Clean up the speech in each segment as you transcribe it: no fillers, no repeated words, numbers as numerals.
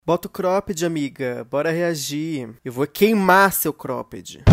Bota o cropped, amiga. Bora reagir. Eu vou queimar seu cropped.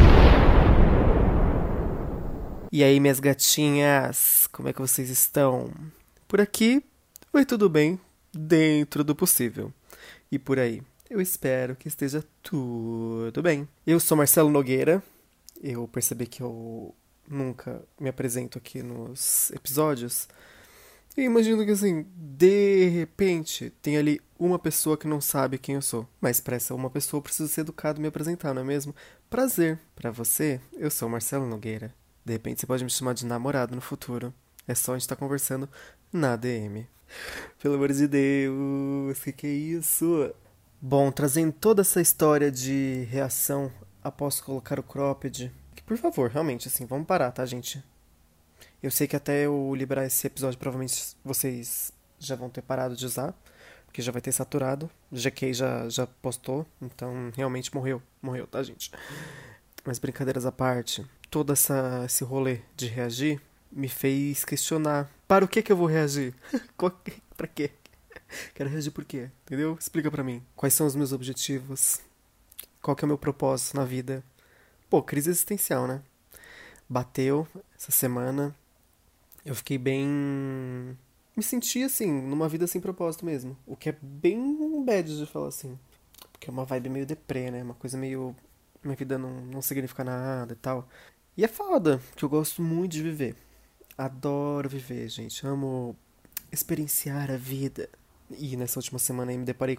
E aí, minhas gatinhas? Como é que vocês estão? Por aqui, vai tudo bem, dentro do possível. E por aí, eu espero que esteja tudo bem. Eu sou Marcelo Nogueira. Eu percebi que eu nunca me apresento aqui nos episódios. E imagino que assim, de repente, tem ali uma pessoa que não sabe quem eu sou. Mas pra essa uma pessoa eu preciso ser educado e me apresentar, não é mesmo? Prazer. Pra você, eu sou Marcelo Nogueira. De repente você pode me chamar de namorado no futuro. É só a gente estar conversando na DM. Pelo amor de Deus, que é isso? Bom, trazendo toda essa história de reação após colocar o cropped. Que por favor, realmente, assim, vamos parar, tá, gente? Eu sei que até eu liberar esse episódio, provavelmente vocês já vão ter parado de usar, porque já vai ter saturado. GK já postou, então realmente morreu. Morreu, tá, gente? Mas brincadeiras à parte, esse rolê de reagir me fez questionar. Para o que eu vou reagir? Pra quê? Quero reagir por quê? Entendeu? Explica pra mim. Quais são os meus objetivos? Qual que é o meu propósito na vida? Pô, crise existencial, né? Bateu essa semana. Eu fiquei bem. Me senti assim, numa vida sem propósito mesmo. O que é bem bad de falar assim. Porque é uma vibe meio deprê, né? Uma coisa meio. Minha vida não significa nada e tal. E é foda, que eu gosto muito de viver. Adoro viver, gente. Amo experienciar a vida. E nessa última semana aí me deparei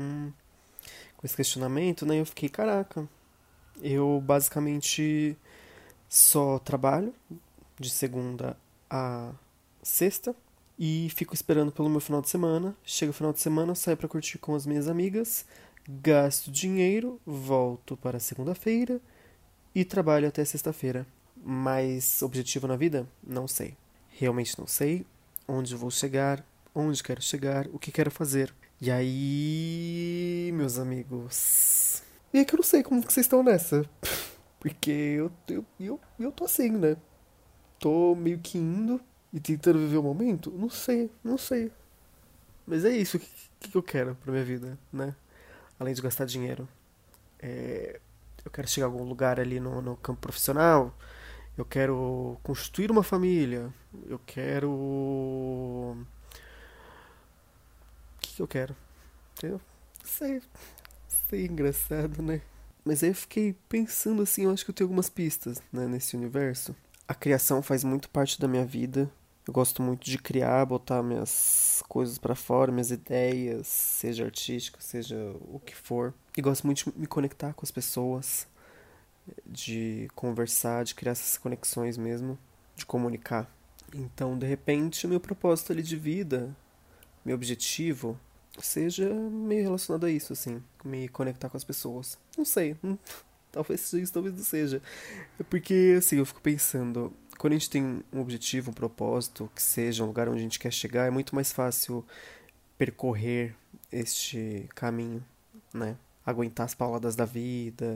com esse questionamento, né? Eu fiquei, caraca. Eu basicamente só trabalho de segunda a sexta e fico esperando pelo meu final de semana. Chega o final de semana, saio pra curtir com as minhas amigas, gasto dinheiro, volto para segunda-feira e trabalho até sexta-feira. Mas objetivo na vida? Não sei. Realmente não sei onde vou chegar, onde quero chegar, o que quero fazer. E aí, meus amigos. E é que eu não sei como que vocês estão nessa. Porque eu tô assim, né? Tô meio que indo e tentando viver o momento? Não sei, não sei. Mas é isso que eu quero pra minha vida, né? Além de gastar dinheiro. Eu quero chegar a algum lugar ali no campo profissional. Eu quero construir uma família. Eu quero. O que eu quero? Entendeu? Sei, sei, engraçado, né? Mas aí eu fiquei pensando assim, eu acho que eu tenho algumas pistas, né, nesse universo. A criação faz muito parte da minha vida. Eu gosto muito de criar, botar minhas coisas pra fora, minhas ideias, seja artística, seja o que for. E gosto muito de me conectar com as pessoas, de conversar, de criar essas conexões mesmo, de comunicar. Então, de repente, o meu propósito ali de vida, meu objetivo, seja meio relacionado a isso, assim, me conectar com as pessoas. Não sei, talvez seja isso, talvez não seja. É porque, assim, eu fico pensando, quando a gente tem um objetivo, um propósito, que seja um lugar onde a gente quer chegar, é muito mais fácil percorrer este caminho, né? Aguentar as pauladas da vida,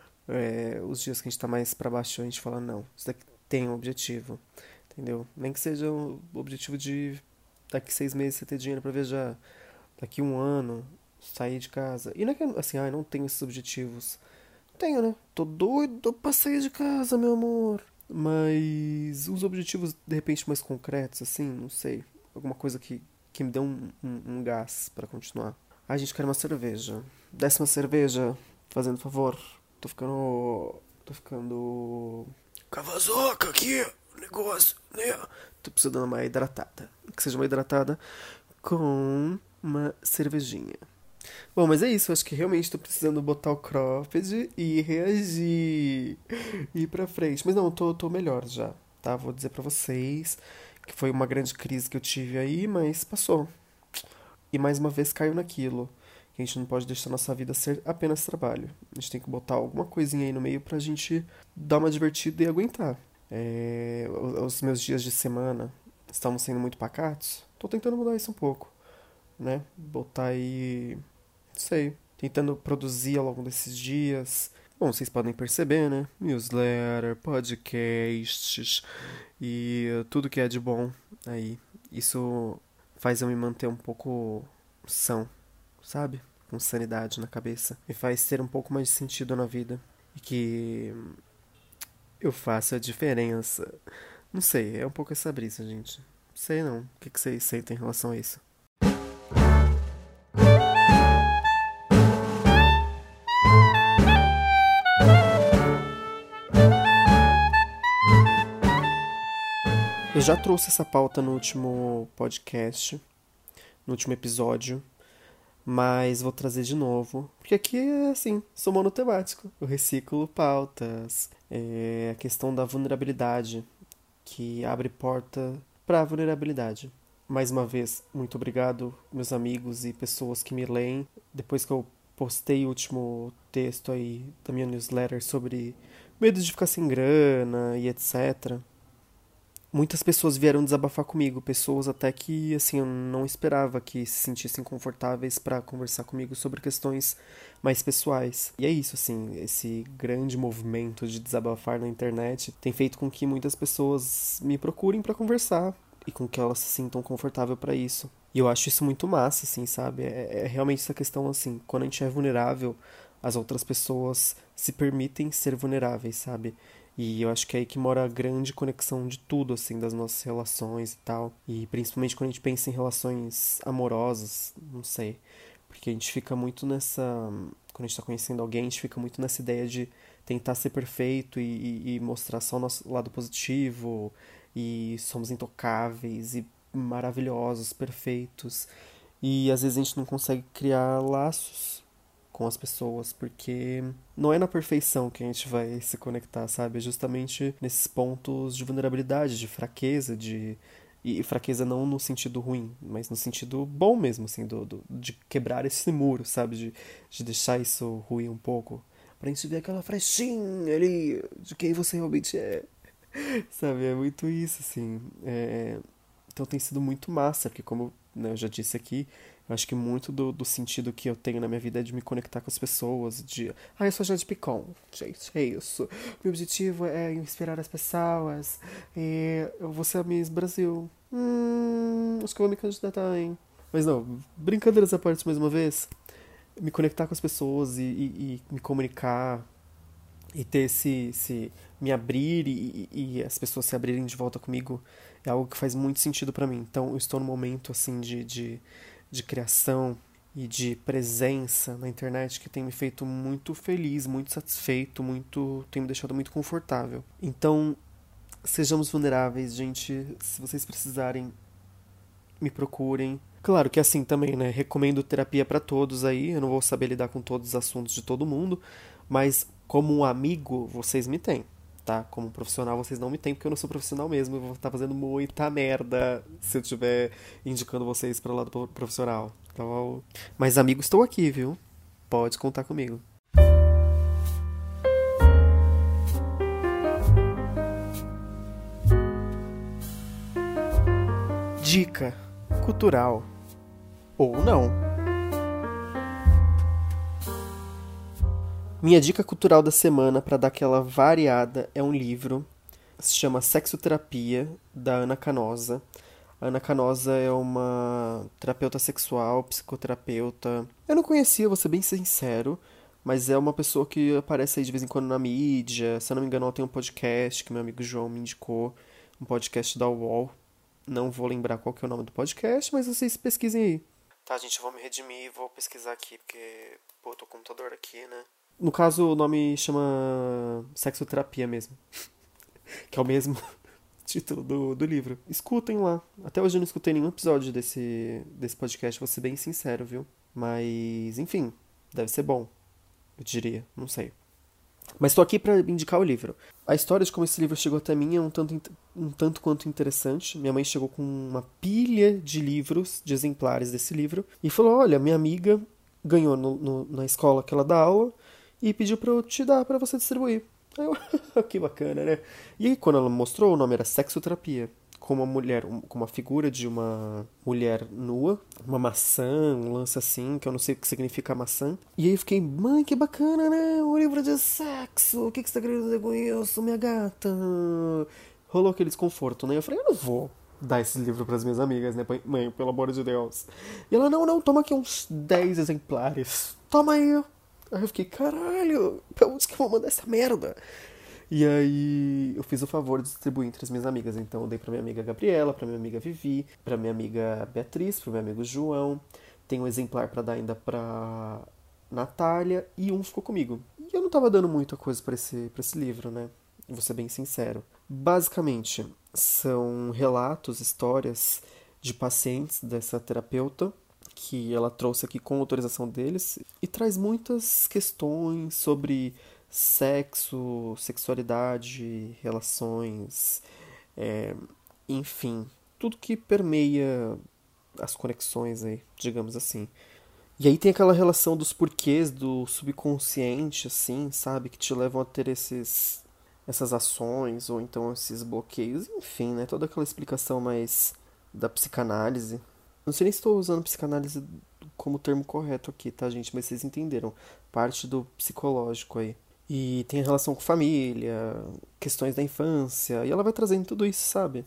os dias que a gente tá mais pra baixo, a gente fala, não, isso daqui tem um objetivo, entendeu? Nem que seja o objetivo de daqui 6 meses você ter dinheiro pra viajar, daqui um ano sair de casa. E não é que, assim, eu não tenho esses objetivos. Tenho, né? Tô doido pra sair de casa, meu amor. Mas os objetivos, de repente, mais concretos, assim, não sei. Alguma coisa que me dê um gás pra continuar. Ai, gente, quero uma cerveja. Desce uma cerveja, fazendo favor. Tô ficando. Tô ficando. Cavazoca aqui, negócio, né? Tô precisando de uma hidratada. Que seja uma hidratada com uma cervejinha. Bom, mas é isso, eu acho que realmente tô precisando botar o cropped e reagir. E ir pra frente. Mas não, tô melhor já, tá? Vou dizer pra vocês que foi uma grande crise que eu tive aí, mas passou. E mais uma vez caiu naquilo. Que a gente não pode deixar nossa vida ser apenas trabalho. A gente tem que botar alguma coisinha aí no meio pra gente dar uma divertida e aguentar. Os meus dias de semana estavam sendo muito pacatos. Tô tentando mudar isso um pouco, né? Botar aí, não sei, tentando produzir ao longo desses dias. Bom, vocês podem perceber, né? Newsletter, podcasts e tudo que é de bom aí. Isso faz eu me manter um pouco são, sabe? com sanidade na cabeça. Me faz ter um pouco mais de sentido na vida. E que eu faço a diferença. Não sei, é um pouco essa brisa, gente. Sei não. O que vocês sentem em relação a isso? Eu já trouxe essa pauta no último podcast, no último episódio, mas vou trazer de novo, porque aqui é assim, sou monotemático. Eu reciclo pautas, a questão da vulnerabilidade, que abre porta para a vulnerabilidade. Mais uma vez, muito obrigado, meus amigos e pessoas que me leem. Depois que eu postei o último texto aí da minha newsletter sobre medo de ficar sem grana e etc. Muitas pessoas vieram desabafar comigo, pessoas até que, assim, eu não esperava que se sentissem confortáveis para conversar comigo sobre questões mais pessoais. E é isso, assim, esse grande movimento de desabafar na internet tem feito com que muitas pessoas me procurem para conversar e com que elas se sintam confortável para isso. E eu acho isso muito massa, assim, sabe? É realmente essa questão, assim, quando a gente é vulnerável, as outras pessoas se permitem ser vulneráveis, sabe? E eu acho que é aí que mora a grande conexão de tudo, assim, das nossas relações e tal. E principalmente quando a gente pensa em relações amorosas, não sei. Porque a gente fica muito nessa. Quando a gente tá conhecendo alguém, a gente fica muito nessa ideia de tentar ser perfeito e mostrar só o nosso lado positivo. E somos intocáveis e maravilhosos, perfeitos. E às vezes a gente não consegue criar laços com as pessoas, porque não é na perfeição que a gente vai se conectar, sabe? É justamente nesses pontos de vulnerabilidade, de fraqueza, e fraqueza não no sentido ruim, mas no sentido bom mesmo, assim, de quebrar esse muro, sabe? De deixar isso ruir um pouco. Pra gente ver aquela frechinha ali de quem você realmente é. Sabe? É muito isso, assim. Então tem sido muito massa, porque como, né, eu já disse aqui, eu acho que muito do sentido que eu tenho na minha vida é de me conectar com as pessoas, de... Ah, eu sou a Jade Picon, gente, é isso. Meu objetivo é inspirar as pessoas, e eu vou ser a Miss Brasil. Acho que eu vou me candidatar, hein? Mas não, brincadeiras à parte mais uma vez, me conectar com as pessoas e me comunicar e ter me abrir e as pessoas se abrirem de volta comigo é algo que faz muito sentido pra mim. Então eu estou num momento assim de criação e de presença na internet que tem me feito muito feliz, muito satisfeito, tem me deixado muito confortável. Então, sejamos vulneráveis, gente. Se vocês precisarem, me procurem. Claro que assim também, né? Recomendo terapia pra todos aí. Eu não vou saber lidar com todos os assuntos de todo mundo, mas como um amigo, vocês me têm, tá? Como um profissional, vocês não me têm, porque eu não sou profissional mesmo. Eu vou estar fazendo muita merda se eu estiver indicando vocês para o lado profissional. Então, mas amigo, estou aqui, viu? Pode contar comigo. Dica cultural ou não. Minha dica cultural da semana para dar aquela variada é um livro, se chama Sexoterapia, da Ana Canosa. A Ana Canosa é uma terapeuta sexual, psicoterapeuta. Eu não conhecia, vou ser bem sincero, mas é uma pessoa que aparece aí de vez em quando na mídia. Se eu não me engano, ela tem um podcast que meu amigo João me indicou, um podcast da UOL. Não vou lembrar qual que é o nome do podcast, mas vocês pesquisem aí. Tá, gente, eu vou me redimir e vou pesquisar aqui, porque, pô, tô com o computador aqui, né? No caso, o nome chama Sexoterapia mesmo. Que é o mesmo título do livro. Escutem lá. Até hoje eu não escutei nenhum episódio desse podcast, vou ser bem sincero, viu? Mas, enfim, deve ser bom, eu diria, não sei. Mas estou aqui para indicar o livro. A história de como esse livro chegou até mim é um tanto quanto interessante. Minha mãe chegou com uma pilha de livros, de exemplares desse livro, e falou: Olha, minha amiga ganhou na escola que ela dá aula e pediu para eu te dar para você distribuir. Aí eu, que bacana, né? E aí, quando ela me mostrou, o nome era Sexoterapia. Com uma mulher, com uma figura de uma mulher nua, uma maçã, um lance assim, que eu não sei o que significa maçã. E aí eu fiquei, mãe, que bacana, né? Um livro de sexo, o que você tá querendo dizer com isso, minha gata? Rolou aquele desconforto, né? Eu falei, eu não vou dar esse livro pras minhas amigas, né? Mãe, pelo amor de Deus. E ela, não, não, toma aqui uns 10 exemplares. Toma aí. Aí eu fiquei, caralho, pra onde que eu vou mandar essa merda? E aí eu fiz o favor de distribuir entre as minhas amigas. Então eu dei pra minha amiga Gabriela, pra minha amiga Vivi, pra minha amiga Beatriz, pro meu amigo João. Tem um exemplar pra dar ainda pra Natália e um ficou comigo. E eu não tava dando muita coisa pra esse livro, né? Vou ser bem sincero. Basicamente, são relatos, histórias de pacientes dessa terapeuta que ela trouxe aqui com autorização deles e traz muitas questões sobre sexo, sexualidade, relações, é, enfim, tudo que permeia as conexões aí, digamos assim. E aí tem aquela relação dos porquês do subconsciente, assim, sabe? Que te levam a ter essas ações, ou então esses bloqueios, enfim, né? Toda aquela explicação mais da psicanálise. Não sei nem se estou usando psicanálise como termo correto aqui, tá, gente? Mas vocês entenderam. Parte do psicológico aí. E tem a relação com família, questões da infância, e ela vai trazendo tudo isso, sabe?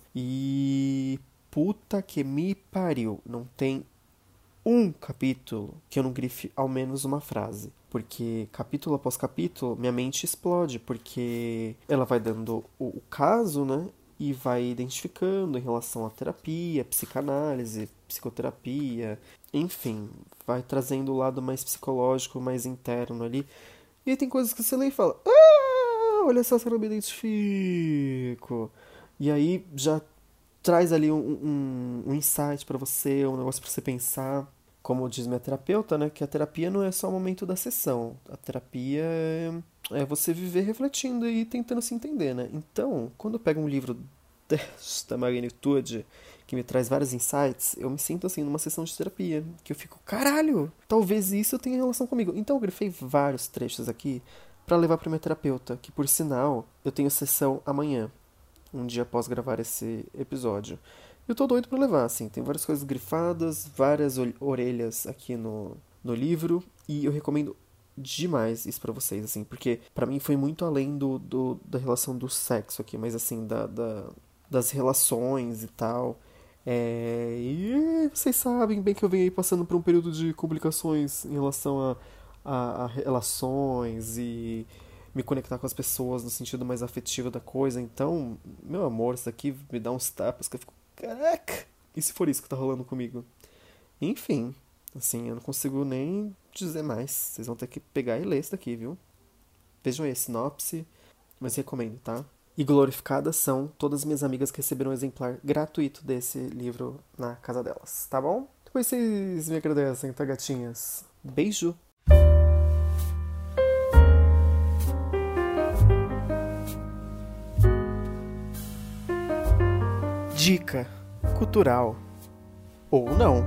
E puta que me pariu, não tem um capítulo que eu não grife ao menos uma frase. Porque capítulo após capítulo, minha mente explode, porque ela vai dando o caso, né? E vai identificando em relação à terapia, psicanálise, psicoterapia, enfim, vai trazendo o lado mais psicológico, mais interno ali. E aí tem coisas que você lê e fala, ah, olha só se eu não me identifico. E aí já traz ali um insight pra você, um negócio pra você pensar. Como diz minha terapeuta, né? Que a terapia não é só o momento da sessão. A terapia é você viver refletindo e tentando se entender, né? Então, quando eu pego um livro desta magnitude, que me traz vários insights, eu me sinto assim numa sessão de terapia. Que eu fico, caralho, talvez isso tenha relação comigo. Então eu grifei vários trechos aqui pra levar pra minha terapeuta, que por sinal, eu tenho sessão amanhã, um dia após gravar esse episódio. Eu tô doido pra levar, assim. Tem várias coisas grifadas, várias orelhas aqui no livro. E eu recomendo demais isso pra vocês, assim. Porque pra mim foi muito além da relação do sexo aqui. Mas, assim, das relações e tal. E vocês sabem bem que eu venho aí passando por um período de complicações em relação a relações e me conectar com as pessoas no sentido mais afetivo da coisa. Então, meu amor, isso daqui me dá uns tapas que eu fico, caraca! E se for isso que tá rolando comigo? Enfim, assim, eu não consigo nem dizer mais. Vocês vão ter que pegar e ler isso daqui, viu? Vejam aí a sinopse, mas recomendo, tá? E glorificadas são todas as minhas amigas que receberam um exemplar gratuito desse livro na casa delas, tá bom? Depois vocês me agradecem, tá, gatinhas? Beijo! Dica cultural. Ou não.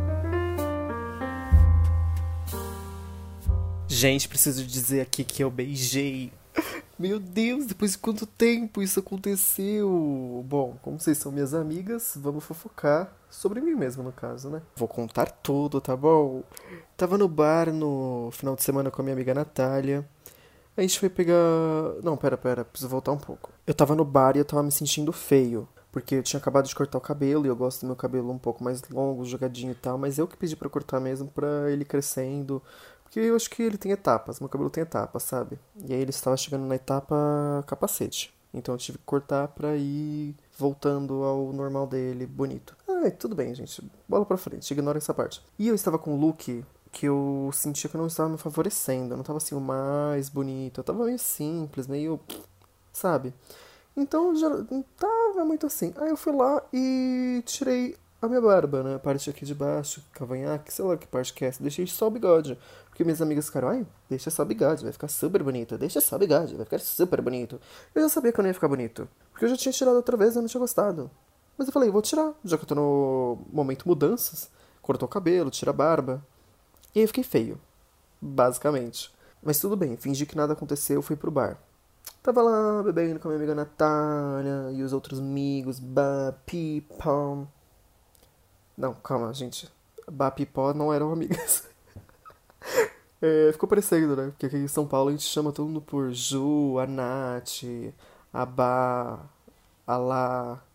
Gente, preciso dizer aqui que eu beijei. Meu Deus, depois de quanto tempo isso aconteceu? Bom, como vocês são minhas amigas, vamos fofocar sobre mim mesmo, no caso, né? Vou contar tudo, tá bom? Tava no bar no final de semana com a minha amiga Natália. A gente foi pegar. Não, pera, preciso voltar um pouco. Eu tava no bar e eu tava me sentindo feio. Porque eu tinha acabado de cortar o cabelo e eu gosto do meu cabelo um pouco mais longo, jogadinho e tal. Mas eu que pedi pra cortar mesmo pra ele ir crescendo. Porque eu acho que ele tem etapas, meu cabelo tem etapas, sabe? E aí ele estava chegando na etapa capacete. Então eu tive que cortar pra ir voltando ao normal dele, bonito. Ah, tudo bem, gente. Bola pra frente, ignora essa parte. E eu estava com um look que eu sentia que eu não estava me favorecendo. Eu não estava assim o mais bonito. Eu tava meio simples, meio. Sabe? Então já não tava muito assim. Aí eu fui lá e tirei a minha barba, né? A parte aqui de baixo, cavanhaque, sei lá que parte que é essa. Deixei só o bigode. Porque minhas amigas ficaram, ai, deixa só o bigode, vai ficar super bonito. Deixa só o bigode, vai ficar super bonito. Eu já sabia que eu não ia ficar bonito. Porque eu já tinha tirado outra vez e eu não tinha gostado. Mas eu falei, vou tirar, já que eu tô no momento mudanças. Cortou o cabelo, tira a barba. E aí eu fiquei feio, basicamente. Mas tudo bem, fingi que nada aconteceu, fui pro bar. Tava lá bebendo com a minha amiga Natália e os outros amigos, Bapipó. Não, calma, gente. Bapipó não eram amigas. Ficou parecendo, né? Porque aqui em São Paulo a gente chama todo mundo por Ju, a Nath, a Bá, a Lá.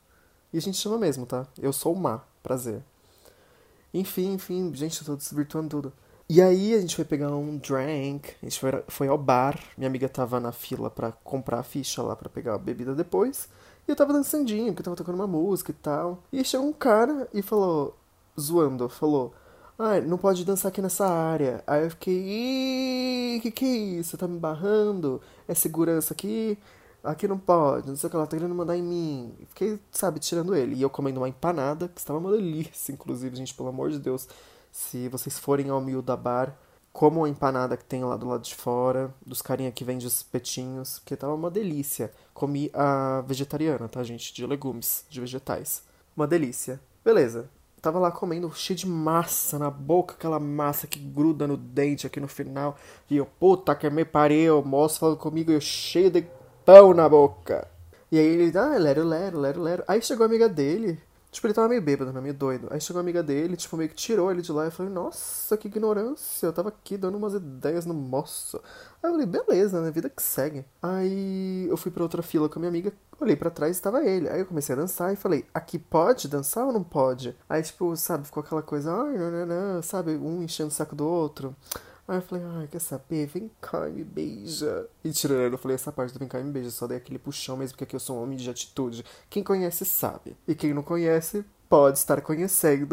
E a gente chama mesmo, tá? Eu sou o Má, prazer. Enfim, gente, eu tô desvirtuando tudo. E aí a gente foi pegar um drink, a gente foi ao bar, minha amiga tava na fila pra comprar a ficha lá pra pegar a bebida depois, e eu tava dançandinho, porque tava tocando uma música e tal. E aí chegou um cara e falou, zoando, falou, ah, não pode dançar aqui nessa área. Aí eu fiquei, ih, que é isso? Você tá me barrando? É segurança aqui? Aqui não pode, não sei o que ela tá querendo mandar em mim. Fiquei, sabe, tirando ele. E eu comendo uma empanada, que estava uma delícia, inclusive, gente, pelo amor de Deus. Se vocês forem ao Miúda Bar, comam a empanada que tem lá do lado de fora, dos carinha que vende os espetinhos, porque tava uma delícia. Comi a vegetariana, tá, gente? De legumes, de vegetais. Uma delícia. Beleza. Tava lá comendo cheio de massa na boca, aquela massa que gruda no dente aqui no final. E eu, puta que me pariu, o moço falando comigo, eu cheio de pão na boca. E aí ele, lero, lero, lero, lero. Aí chegou a amiga dele. Tipo, ele tava meio bêbado, né? Meio doido. Aí chegou a amiga dele, tipo, meio que tirou ele de lá. Eu falei, nossa, que ignorância. Eu tava aqui dando umas ideias no moço. Aí eu falei, beleza, né? Vida que segue. Aí eu fui pra outra fila com a minha amiga. Olhei pra trás e tava ele. Aí eu comecei a dançar e falei, aqui pode dançar ou não pode? Aí, tipo, sabe, ficou aquela coisa, ai, não, sabe, um enchendo o saco do outro. Aí eu falei, ai, quer saber? Vem cá e me beija. E tirando, eu falei, essa parte do vem cá e me beija, só dei aquele puxão mesmo, porque aqui eu sou um homem de atitude. Quem conhece sabe. E quem não conhece, pode estar conhecendo.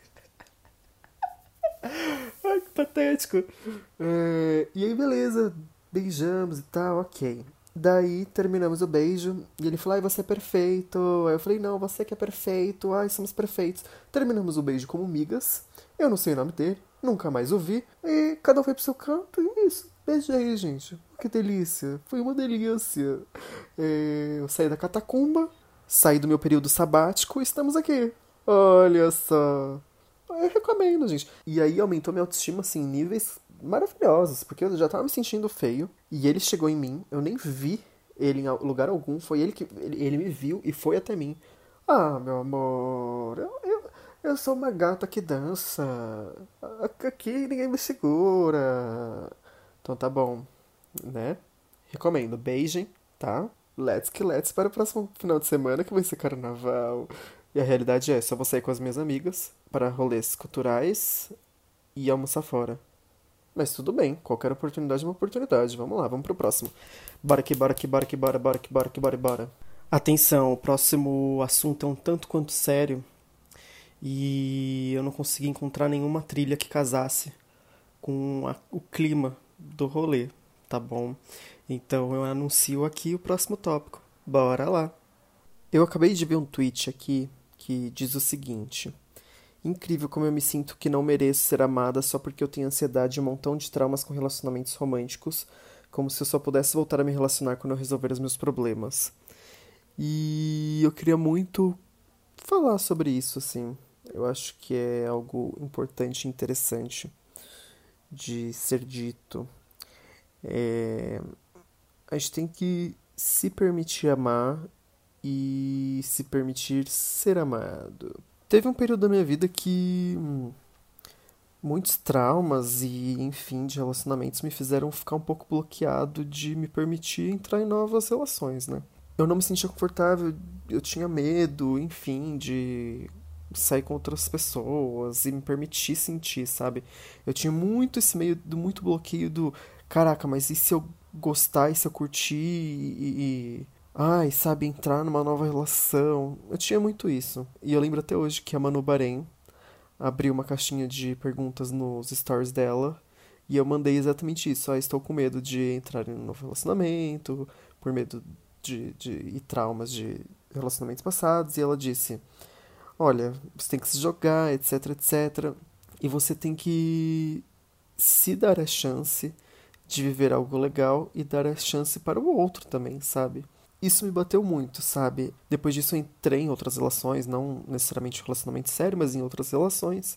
Ai, que patético. E aí, beleza, beijamos e tal, ok. Daí terminamos o beijo e ele falou, ai, você é perfeito. Aí eu falei, não, você que é perfeito, ai, somos perfeitos. Terminamos o beijo como migas. Eu não sei o nome dele, nunca mais o vi. E cada um foi pro seu canto e é isso. Beijei, gente. Que delícia. Foi uma delícia. Eu saí da catacumba, saí do meu período sabático e estamos aqui. Olha só. Eu recomendo, gente. E aí aumentou minha autoestima, assim, em níveis maravilhosos, porque eu já tava me sentindo feio, e ele chegou em mim, eu nem vi ele em lugar algum, foi ele que ele me viu e foi até mim. Ah, meu amor, eu sou uma gata que dança. Aqui ninguém me segura. Então tá bom, né? Recomendo, beijem, tá? Let's que let's para o próximo final de semana que vai ser carnaval. E a realidade é, só vou sair com as minhas amigas para rolês culturais e almoçar fora. Mas tudo bem, qualquer oportunidade é uma oportunidade. Vamos lá, vamos pro próximo. Bora que bora que bora que bora, bora que bora que bora, bora. Atenção, o próximo assunto é um tanto quanto sério e eu não consegui encontrar nenhuma trilha que casasse com o clima do rolê, tá bom? Então eu anuncio aqui o próximo tópico. Bora lá. Eu acabei de ver um tweet aqui que diz o seguinte: incrível como eu me sinto que não mereço ser amada só porque eu tenho ansiedade e um montão de traumas com relacionamentos românticos, como se eu só pudesse voltar a me relacionar quando eu resolver os meus problemas. E eu queria muito falar sobre isso, assim. Eu acho que é algo importante e interessante de ser dito. É, a gente tem que se permitir amar e se permitir ser amado. Teve um período da minha vida que muitos traumas e, enfim, de relacionamentos me fizeram ficar um pouco bloqueado de me permitir entrar em novas relações, né? Eu não me sentia confortável, eu tinha medo, enfim, de sair com outras pessoas e me permitir sentir, sabe? Eu tinha muito esse meio do muito bloqueio do, caraca, mas e se eu gostar, e se eu curtir ai, sabe, entrar numa nova relação? Eu tinha muito isso. E eu lembro até hoje que a Manu Bahrein abriu uma caixinha de perguntas nos stories dela e eu mandei exatamente isso. Ah, estou com medo de entrar em um novo relacionamento, por medo e traumas de relacionamentos passados. E ela disse: olha, você tem que se jogar, etc, etc. E você tem que se dar a chance de viver algo legal e dar a chance para o outro também, sabe? Isso me bateu muito, sabe? Depois disso eu entrei em outras relações, não necessariamente um relacionamento sério, mas em outras relações.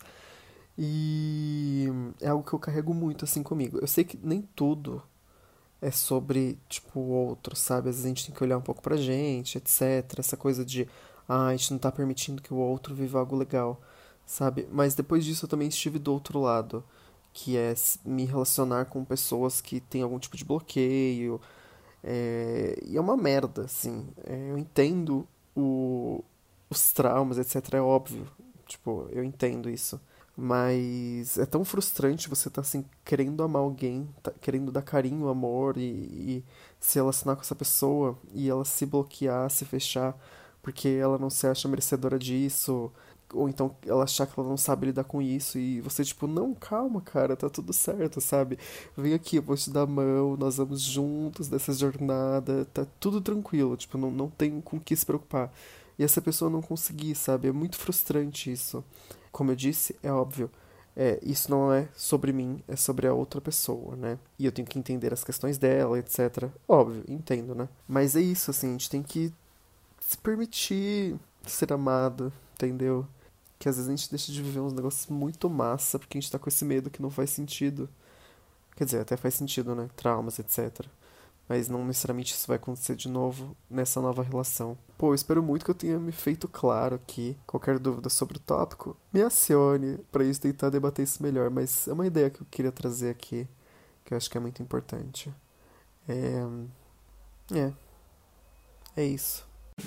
E é algo que eu carrego muito assim comigo. Eu sei que nem tudo é sobre, tipo, o outro, sabe? Às vezes a gente tem que olhar um pouco pra gente, etc. Essa coisa de, ah, a gente não tá permitindo que o outro viva algo legal, sabe? Mas depois disso eu também estive do outro lado, que é me relacionar com pessoas que têm algum tipo de bloqueio. E é uma merda, assim. Eu entendo o, os traumas, etc. É óbvio. Tipo, eu entendo isso. Mas é tão frustrante você tá assim, querendo amar alguém, tá, querendo dar carinho, amor e se relacionar com essa pessoa e ela se bloquear, se fechar, porque ela não se acha merecedora disso, ou então ela achar que ela não sabe lidar com isso, e você, tipo, não, calma, cara, tá tudo certo, sabe? Vem aqui, eu vou te dar a mão, nós vamos juntos nessa jornada, tá tudo tranquilo, tipo, não tem com o que se preocupar. E essa pessoa não conseguir, sabe? É muito frustrante isso. Como eu disse, é óbvio. Isso não é sobre mim, é sobre a outra pessoa, né? E eu tenho que entender as questões dela, etc. Óbvio, entendo, né? Mas é isso, assim, a gente tem que se permitir ser amado, entendeu? Que às vezes a gente deixa de viver uns negócios muito massa porque a gente tá com esse medo que não faz sentido. Quer dizer, até faz sentido, né? Traumas, etc. Mas não necessariamente isso vai acontecer de novo nessa nova relação. Pô, eu espero muito que eu tenha me feito claro aqui. Qualquer dúvida sobre o tópico, me acione pra gente tentar debater isso melhor. Mas é uma ideia que eu queria trazer aqui, que eu acho que é muito importante. É. É, é isso.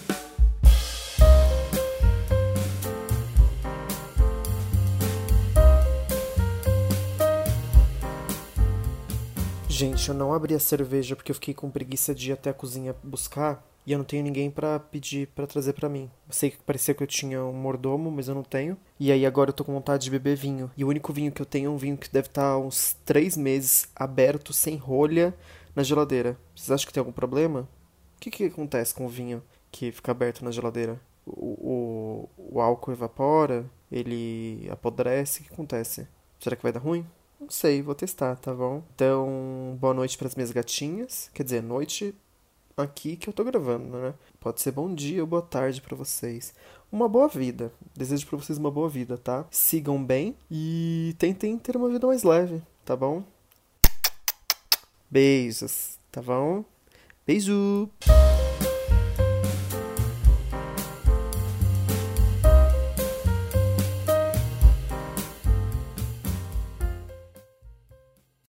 Gente, eu não abri a cerveja porque eu fiquei com preguiça de ir até a cozinha buscar e eu não tenho ninguém pra pedir pra trazer pra mim. Eu sei que parecia que eu tinha um mordomo, mas eu não tenho. E aí agora eu tô com vontade de beber vinho. E o único vinho que eu tenho é um vinho que deve estar há uns 3 meses aberto, sem rolha, na geladeira. Vocês acham que tem algum problema? O que acontece com o vinho que fica aberto na geladeira? O álcool evapora? Ele apodrece? O que acontece? Será que vai dar ruim? Não sei, vou testar, tá bom? Então, boa noite para as minhas gatinhas. Quer dizer, noite aqui que eu tô gravando, né? Pode ser bom dia ou boa tarde para vocês. Uma boa vida. Desejo para vocês uma boa vida, tá? Sigam bem e tentem ter uma vida mais leve, tá bom? Beijos, tá bom? Beijo!